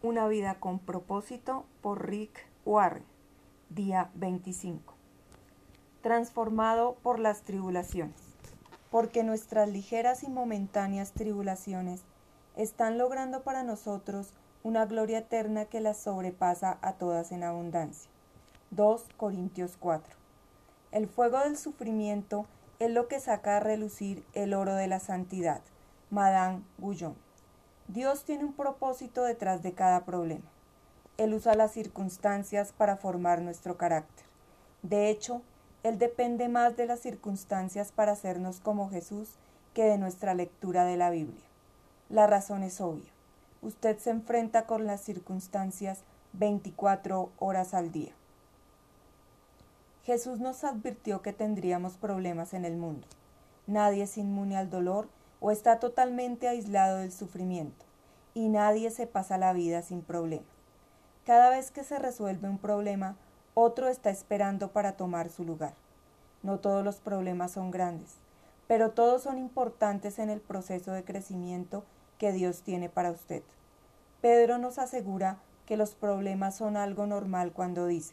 Una vida con propósito por Rick Warren, día 25. Transformado por las tribulaciones. Porque nuestras ligeras y momentáneas tribulaciones están logrando para nosotros una gloria eterna que las sobrepasa a todas en abundancia. 2 Corintios 4. El fuego del sufrimiento es lo que saca a relucir el oro de la santidad. Madame Guyon. Dios tiene un propósito detrás de cada problema. Él usa las circunstancias para formar nuestro carácter. De hecho, Él depende más de las circunstancias para hacernos como Jesús que de nuestra lectura de la Biblia. La razón es obvia. Usted se enfrenta con las circunstancias 24 horas al día. Jesús nos advirtió que tendríamos problemas en el mundo. Nadie es inmune al dolor o está totalmente aislado del sufrimiento, y nadie se pasa la vida sin problemas. Cada vez que se resuelve un problema, otro está esperando para tomar su lugar. No todos los problemas son grandes, pero todos son importantes en el proceso de crecimiento que Dios tiene para usted. Pedro nos asegura que los problemas son algo normal cuando dice: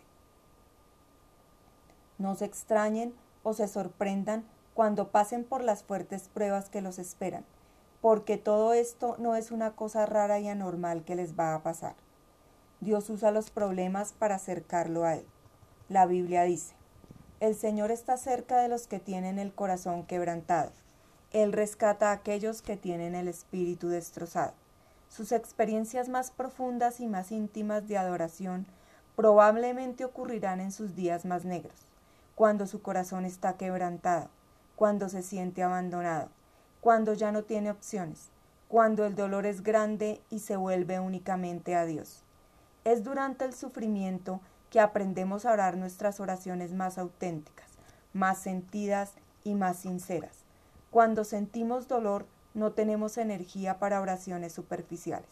no se extrañen o se sorprendan cuando pasen por las fuertes pruebas que los esperan, porque todo esto no es una cosa rara y anormal que les va a pasar. Dios usa los problemas para acercarlo a Él. La Biblia dice: el Señor está cerca de los que tienen el corazón quebrantado. Él rescata a aquellos que tienen el espíritu destrozado. Sus experiencias más profundas y más íntimas de adoración probablemente ocurrirán en sus días más negros, cuando su corazón está quebrantado, cuando se siente abandonado, cuando ya no tiene opciones, cuando el dolor es grande y se vuelve únicamente a Dios. Es durante el sufrimiento que aprendemos a orar nuestras oraciones más auténticas, más sentidas y más sinceras. Cuando sentimos dolor, no tenemos energía para oraciones superficiales.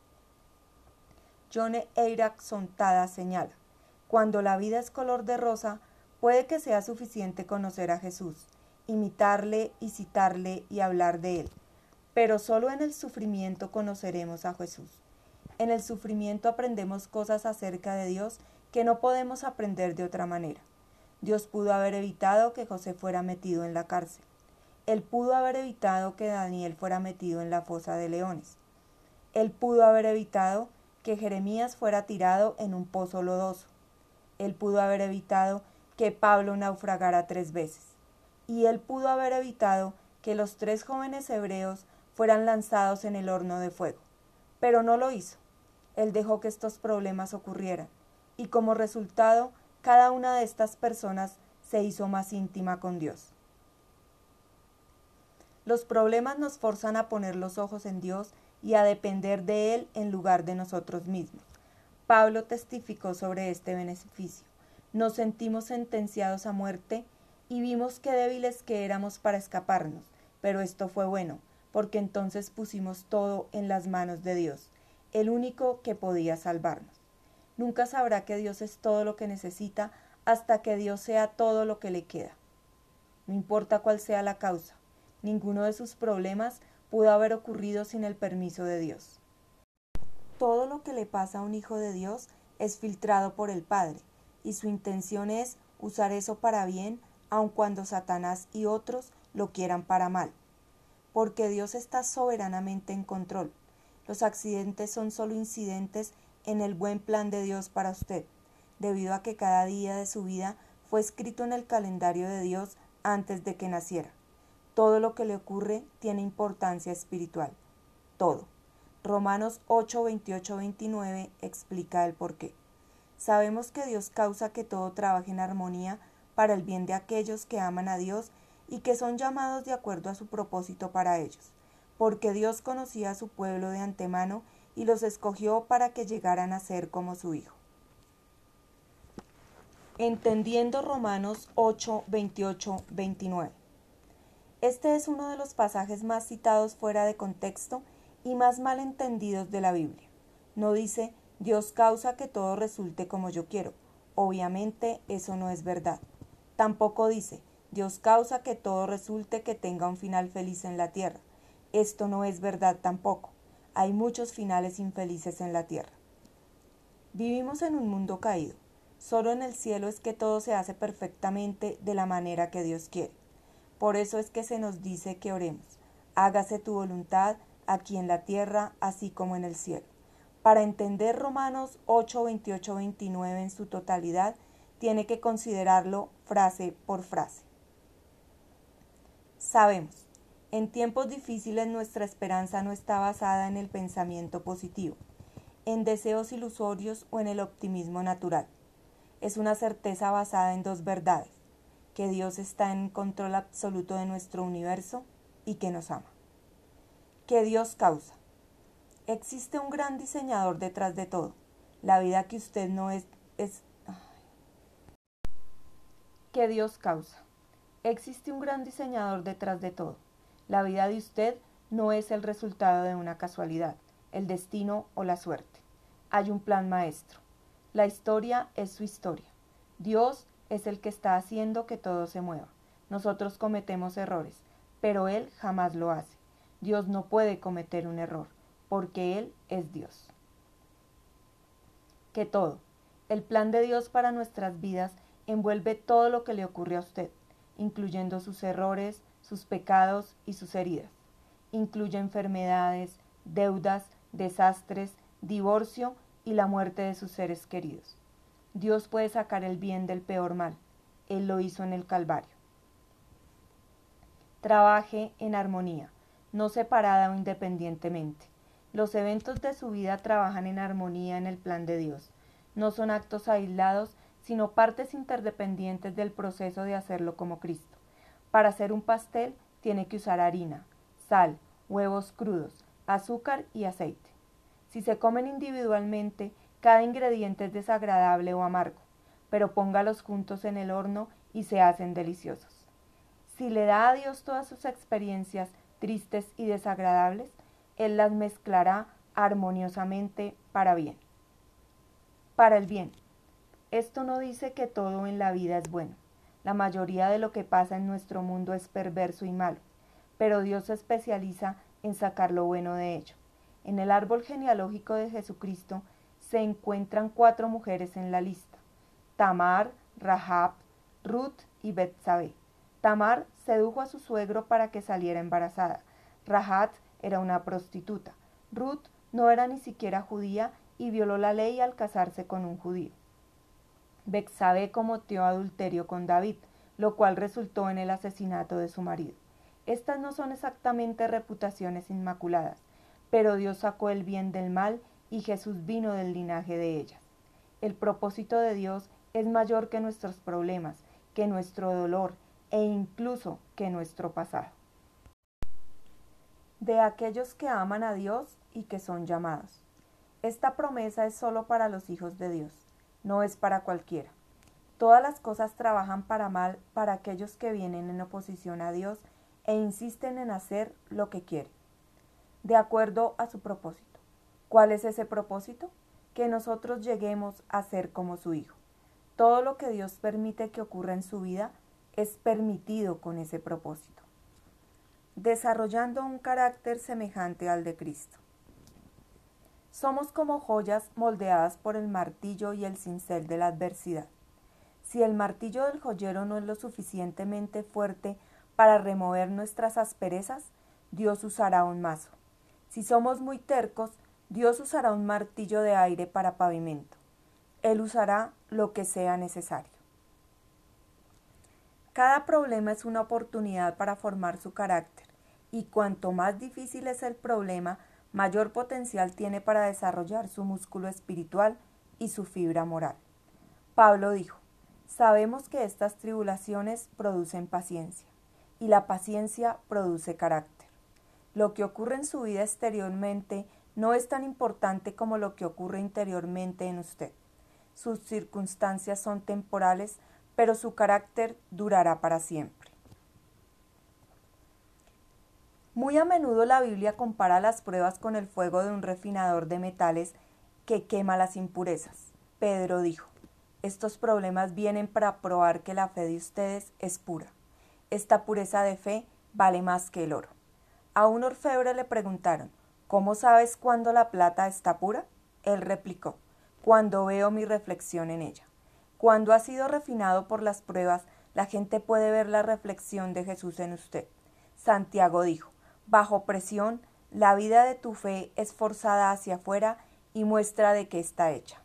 John Eirac Sontada señala: cuando la vida es color de rosa, puede que sea suficiente conocer a Jesús, imitarle y citarle y hablar de él, pero solo en el sufrimiento conoceremos a Jesús. En el sufrimiento aprendemos cosas acerca de Dios que no podemos aprender de otra manera. Dios pudo haber evitado que José fuera metido en la cárcel. Él pudo haber evitado que Daniel fuera metido en la fosa de leones. Él pudo haber evitado que Jeremías fuera tirado en un pozo lodoso. Él pudo haber evitado que Pablo naufragara 3 veces. Y él pudo haber evitado que los 3 jóvenes hebreos fueran lanzados en el horno de fuego. Pero no lo hizo. Él dejó que estos problemas ocurrieran, y como resultado, cada una de estas personas se hizo más íntima con Dios. Los problemas nos forzan a poner los ojos en Dios y a depender de Él en lugar de nosotros mismos. Pablo testificó sobre este beneficio. Nos sentimos sentenciados a muerte y vimos qué débiles que éramos para escaparnos, pero esto fue bueno, porque entonces pusimos todo en las manos de Dios, el único que podía salvarnos. Nunca sabrá que Dios es todo lo que necesita hasta que Dios sea todo lo que le queda. No importa cuál sea la causa, ninguno de sus problemas pudo haber ocurrido sin el permiso de Dios. Todo lo que le pasa a un hijo de Dios es filtrado por el Padre, y su intención es usar eso para bien, aun cuando Satanás y otros lo quieran para mal. Porque Dios está soberanamente en control. Los accidentes son solo incidentes en el buen plan de Dios para usted, debido a que cada día de su vida fue escrito en el calendario de Dios antes de que naciera. Todo lo que le ocurre tiene importancia espiritual. Todo. Romanos 8, 28, 29 explica el porqué. Sabemos que Dios causa que todo trabaje en armonía para el bien de aquellos que aman a Dios y que son llamados de acuerdo a su propósito para ellos, porque Dios conocía a su pueblo de antemano y los escogió para que llegaran a ser como su Hijo. Entendiendo Romanos 8, 28, 29. Este es uno de los pasajes más citados fuera de contexto y más mal entendidos de la Biblia. No dice: Dios causa que todo resulte como yo quiero. Obviamente eso no es verdad. Tampoco dice: Dios causa que todo resulte que tenga un final feliz en la tierra. Esto no es verdad tampoco. Hay muchos finales infelices en la tierra. Vivimos en un mundo caído. Solo en el cielo es que todo se hace perfectamente de la manera que Dios quiere. Por eso es que se nos dice que oremos. Hágase tu voluntad aquí en la tierra, así como en el cielo. Para entender Romanos 8, 28, 29 en su totalidad, tiene que considerarlo frase por frase. Sabemos, en tiempos difíciles nuestra esperanza no está basada en el pensamiento positivo, en deseos ilusorios o en el optimismo natural. Es una certeza basada en dos verdades, que Dios está en control absoluto de nuestro universo y que nos ama. Que Dios causa. Existe un gran diseñador detrás de todo. La vida que usted no es... Que Dios causa. Existe un gran diseñador detrás de todo. La vida de usted no es el resultado de una casualidad, el destino o la suerte. Hay un plan maestro. La historia es su historia. Dios es el que está haciendo que todo se mueva. Nosotros cometemos errores, pero Él jamás lo hace. Dios no puede cometer un error, porque Él es Dios. Que todo, el plan de Dios para nuestras vidas envuelve todo lo que le ocurre a usted, incluyendo sus errores, sus pecados y sus heridas. Incluye enfermedades, deudas, desastres, divorcio y la muerte de sus seres queridos. Dios puede sacar el bien del peor mal. Él lo hizo en el Calvario. Trabaje en armonía, no separada o independientemente. Los eventos de su vida trabajan en armonía en el plan de Dios. No son actos aislados, sino partes interdependientes del proceso de hacerlo como Cristo. Para hacer un pastel tiene que usar harina, sal, huevos crudos, azúcar y aceite. Si se comen individualmente, cada ingrediente es desagradable o amargo, pero póngalos juntos en el horno y se hacen deliciosos. Si le da a Dios todas sus experiencias tristes y desagradables, Él las mezclará armoniosamente para bien. Para el bien. Esto no dice que todo en la vida es bueno. La mayoría de lo que pasa en nuestro mundo es perverso y malo, pero Dios se especializa en sacar lo bueno de ello. En el árbol genealógico de Jesucristo se encuentran 4 mujeres en la lista: Tamar, Rahab, Ruth y Betsabé. Tamar sedujo a su suegro para que saliera embarazada. Rahab era una prostituta. Ruth no era ni siquiera judía y violó la ley al casarse con un judío. Betsabé cometió adulterio con David, lo cual resultó en el asesinato de su marido. Estas no son exactamente reputaciones inmaculadas, pero Dios sacó el bien del mal y Jesús vino del linaje de ellas. El propósito de Dios es mayor que nuestros problemas, que nuestro dolor e incluso que nuestro pasado. De aquellos que aman a Dios y que son llamados. Esta promesa es solo para los hijos de Dios, no es para cualquiera. Todas las cosas trabajan para mal para aquellos que vienen en oposición a Dios e insisten en hacer lo que quieren, de acuerdo a su propósito. ¿Cuál es ese propósito? Que nosotros lleguemos a ser como su Hijo. Todo lo que Dios permite que ocurra en su vida es permitido con ese propósito. Desarrollando un carácter semejante al de Cristo. Somos como joyas moldeadas por el martillo y el cincel de la adversidad. Si el martillo del joyero no es lo suficientemente fuerte para remover nuestras asperezas, Dios usará un mazo. Si somos muy tercos, Dios usará un martillo de aire para pavimento. Él usará lo que sea necesario. Cada problema es una oportunidad para formar su carácter, y cuanto más difícil es el problema, mayor potencial tiene para desarrollar su músculo espiritual y su fibra moral. Pablo dijo: sabemos que estas tribulaciones producen paciencia, y la paciencia produce carácter. Lo que ocurre en su vida exteriormente no es tan importante como lo que ocurre interiormente en usted. Sus circunstancias son temporales, pero su carácter durará para siempre. Muy a menudo la Biblia compara las pruebas con el fuego de un refinador de metales que quema las impurezas. Pedro dijo: estos problemas vienen para probar que la fe de ustedes es pura. Esta pureza de fe vale más que el oro. A un orfebre le preguntaron: ¿cómo sabes cuándo la plata está pura? Él replicó: cuando veo mi reflexión en ella. Cuando ha sido refinado por las pruebas, la gente puede ver la reflexión de Jesús en usted. Santiago dijo, bajo presión, la vida de tu fe es forzada hacia afuera y muestra de qué está hecha.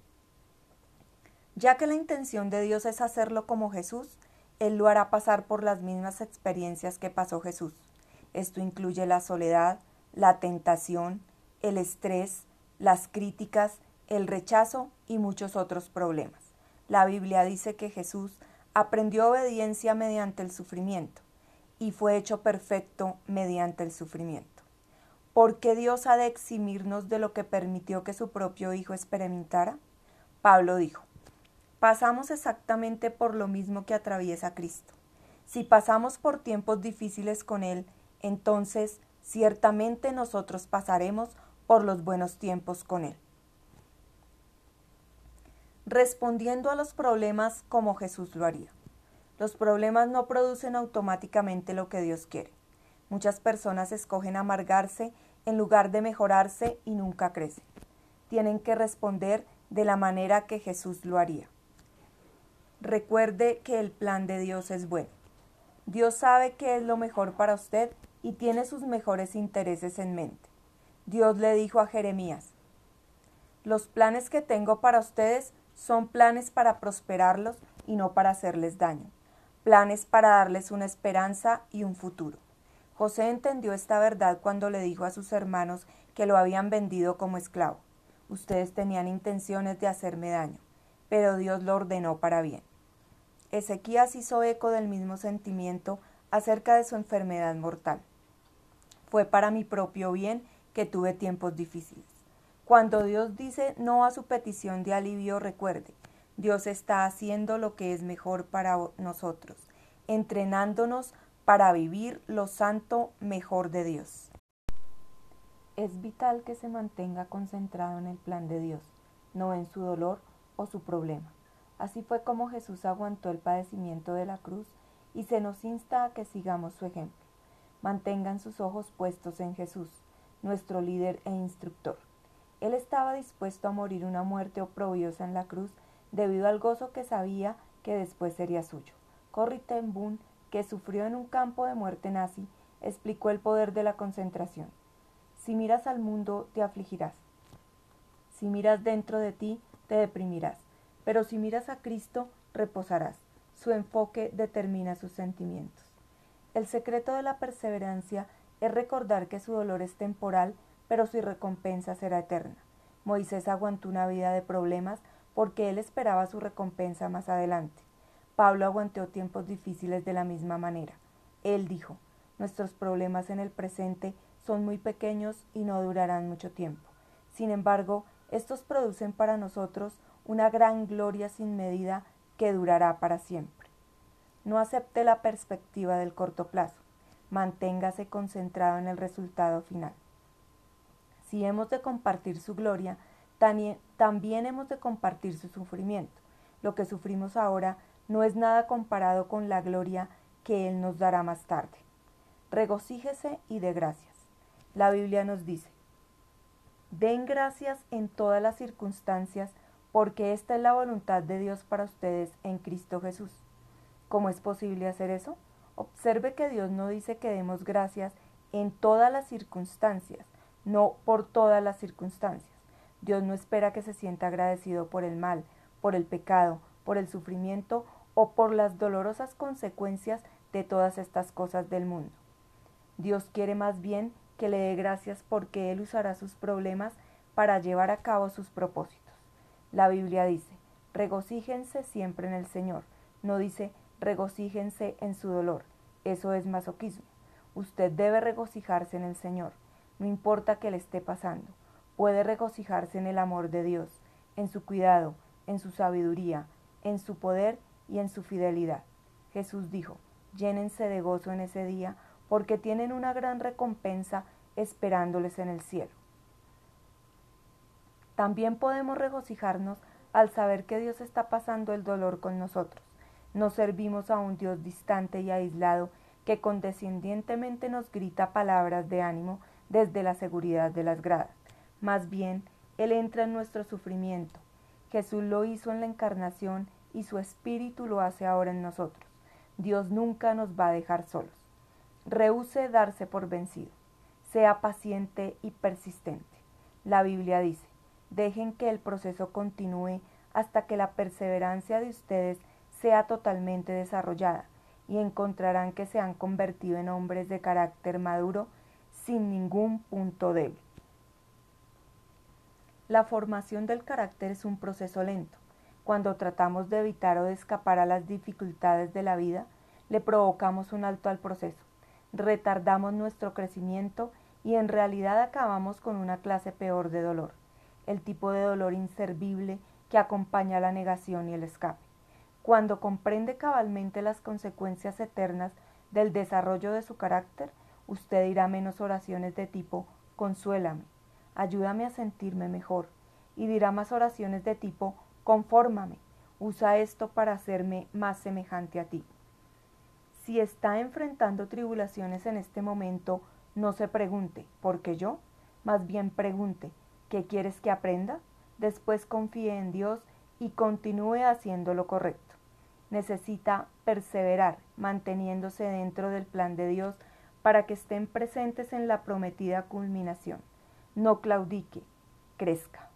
Ya que la intención de Dios es hacerlo como Jesús, Él lo hará pasar por las mismas experiencias que pasó Jesús. Esto incluye la soledad, la tentación, el estrés, las críticas, el rechazo y muchos otros problemas. La Biblia dice que Jesús aprendió obediencia mediante el sufrimiento y fue hecho perfecto mediante el sufrimiento. ¿Por qué Dios ha de eximirnos de lo que permitió que su propio Hijo experimentara? Pablo dijo, pasamos exactamente por lo mismo que atraviesa Cristo. Si pasamos por tiempos difíciles con Él, entonces ciertamente nosotros pasaremos por los buenos tiempos con Él. Respondiendo a los problemas como Jesús lo haría. Los problemas no producen automáticamente lo que Dios quiere. Muchas personas escogen amargarse en lugar de mejorarse y nunca crecen. Tienen que responder de la manera que Jesús lo haría. Recuerde que el plan de Dios es bueno. Dios sabe qué es lo mejor para usted y tiene sus mejores intereses en mente. Dios le dijo a Jeremías, los planes que tengo para ustedes son planes para prosperarlos y no para hacerles daño, planes para darles una esperanza y un futuro. José entendió esta verdad cuando le dijo a sus hermanos que lo habían vendido como esclavo. Ustedes tenían intenciones de hacerme daño, pero Dios lo ordenó para bien. Ezequías hizo eco del mismo sentimiento acerca de su enfermedad mortal. Fue para mi propio bien que tuve tiempos difíciles. Cuando Dios dice no a su petición de alivio, recuerde, Dios está haciendo lo que es mejor para nosotros, entrenándonos para vivir lo santo mejor de Dios. Es vital que se mantenga concentrado en el plan de Dios, no en su dolor o su problema. Así fue como Jesús aguantó el padecimiento de la cruz y se nos insta a que sigamos su ejemplo. Mantengan sus ojos puestos en Jesús, nuestro líder e instructor. Él estaba dispuesto a morir una muerte oprobiosa en la cruz debido al gozo que sabía que después sería suyo. Corrie ten Boom, que sufrió en un campo de muerte nazi, explicó el poder de la concentración. Si miras al mundo, te afligirás. Si miras dentro de ti, te deprimirás. Pero si miras a Cristo, reposarás. Su enfoque determina sus sentimientos. El secreto de la perseverancia es recordar que su dolor es temporal, pero su recompensa será eterna. Moisés aguantó una vida de problemas porque él esperaba su recompensa más adelante. Pablo aguantó tiempos difíciles de la misma manera. Él dijo, nuestros problemas en el presente son muy pequeños y no durarán mucho tiempo. Sin embargo, estos producen para nosotros una gran gloria sin medida que durará para siempre. No acepte la perspectiva del corto plazo. Manténgase concentrado en el resultado final. Si hemos de compartir su gloria, también hemos de compartir su sufrimiento. Lo que sufrimos ahora no es nada comparado con la gloria que Él nos dará más tarde. Regocíjese y dé gracias. La Biblia nos dice, den gracias en todas las circunstancias, porque esta es la voluntad de Dios para ustedes en Cristo Jesús. ¿Cómo es posible hacer eso? Observe que Dios no dice que demos gracias en todas las circunstancias, no por todas las circunstancias. Dios no espera que se sienta agradecido por el mal, por el pecado, por el sufrimiento o por las dolorosas consecuencias de todas estas cosas del mundo. Dios quiere más bien que le dé gracias porque Él usará sus problemas para llevar a cabo sus propósitos. La Biblia dice, regocíjense siempre en el Señor. No dice, regocíjense en su dolor. Eso es masoquismo. Usted debe regocijarse en el Señor. No importa qué le esté pasando. Puede regocijarse en el amor de Dios, en su cuidado, en su sabiduría, en su poder y en su fidelidad. Jesús dijo, llénense de gozo en ese día, porque tienen una gran recompensa esperándoles en el cielo. También podemos regocijarnos al saber que Dios está pasando el dolor con nosotros. No servimos a un Dios distante y aislado que condescendientemente nos grita palabras de ánimo desde la seguridad de las gradas. Más bien, Él entra en nuestro sufrimiento, Jesús lo hizo en la encarnación y su Espíritu lo hace ahora en nosotros. Dios nunca nos va a dejar solos. Rehúse darse por vencido. Sea paciente y persistente. La Biblia dice, dejen que el proceso continúe hasta que la perseverancia de ustedes sea totalmente desarrollada y encontrarán que se han convertido en hombres de carácter maduro sin ningún punto débil. La formación del carácter es un proceso lento. Cuando tratamos de evitar o de escapar a las dificultades de la vida, le provocamos un alto al proceso, retardamos nuestro crecimiento y en realidad acabamos con una clase peor de dolor, el tipo de dolor inservible que acompaña la negación y el escape. Cuando comprende cabalmente las consecuencias eternas del desarrollo de su carácter, usted dirá menos oraciones de tipo consuélame, ayúdame a sentirme mejor, y dirá más oraciones de tipo confórmame, usa esto para hacerme más semejante a ti. Si está enfrentando tribulaciones en este momento, no se pregunte, ¿por qué yo? Más bien pregunte, ¿qué quieres que aprenda? Después confíe en Dios y continúe haciendo lo correcto. Necesita perseverar, manteniéndose dentro del plan de Dios para que estén presentes en la prometida culminación. No claudique, crezca.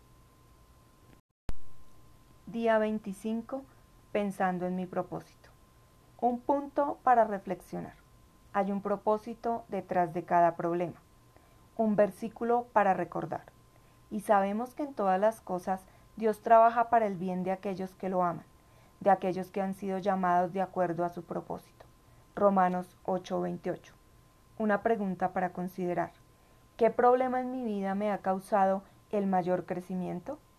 Día 25. Pensando en mi propósito. Un punto para reflexionar. Hay un propósito detrás de cada problema. Un versículo para recordar. Y sabemos que en todas las cosas Dios trabaja para el bien de aquellos que lo aman, de aquellos que han sido llamados de acuerdo a su propósito. Romanos 8:28. Una pregunta para considerar. ¿Qué problema en mi vida me ha causado el mayor crecimiento?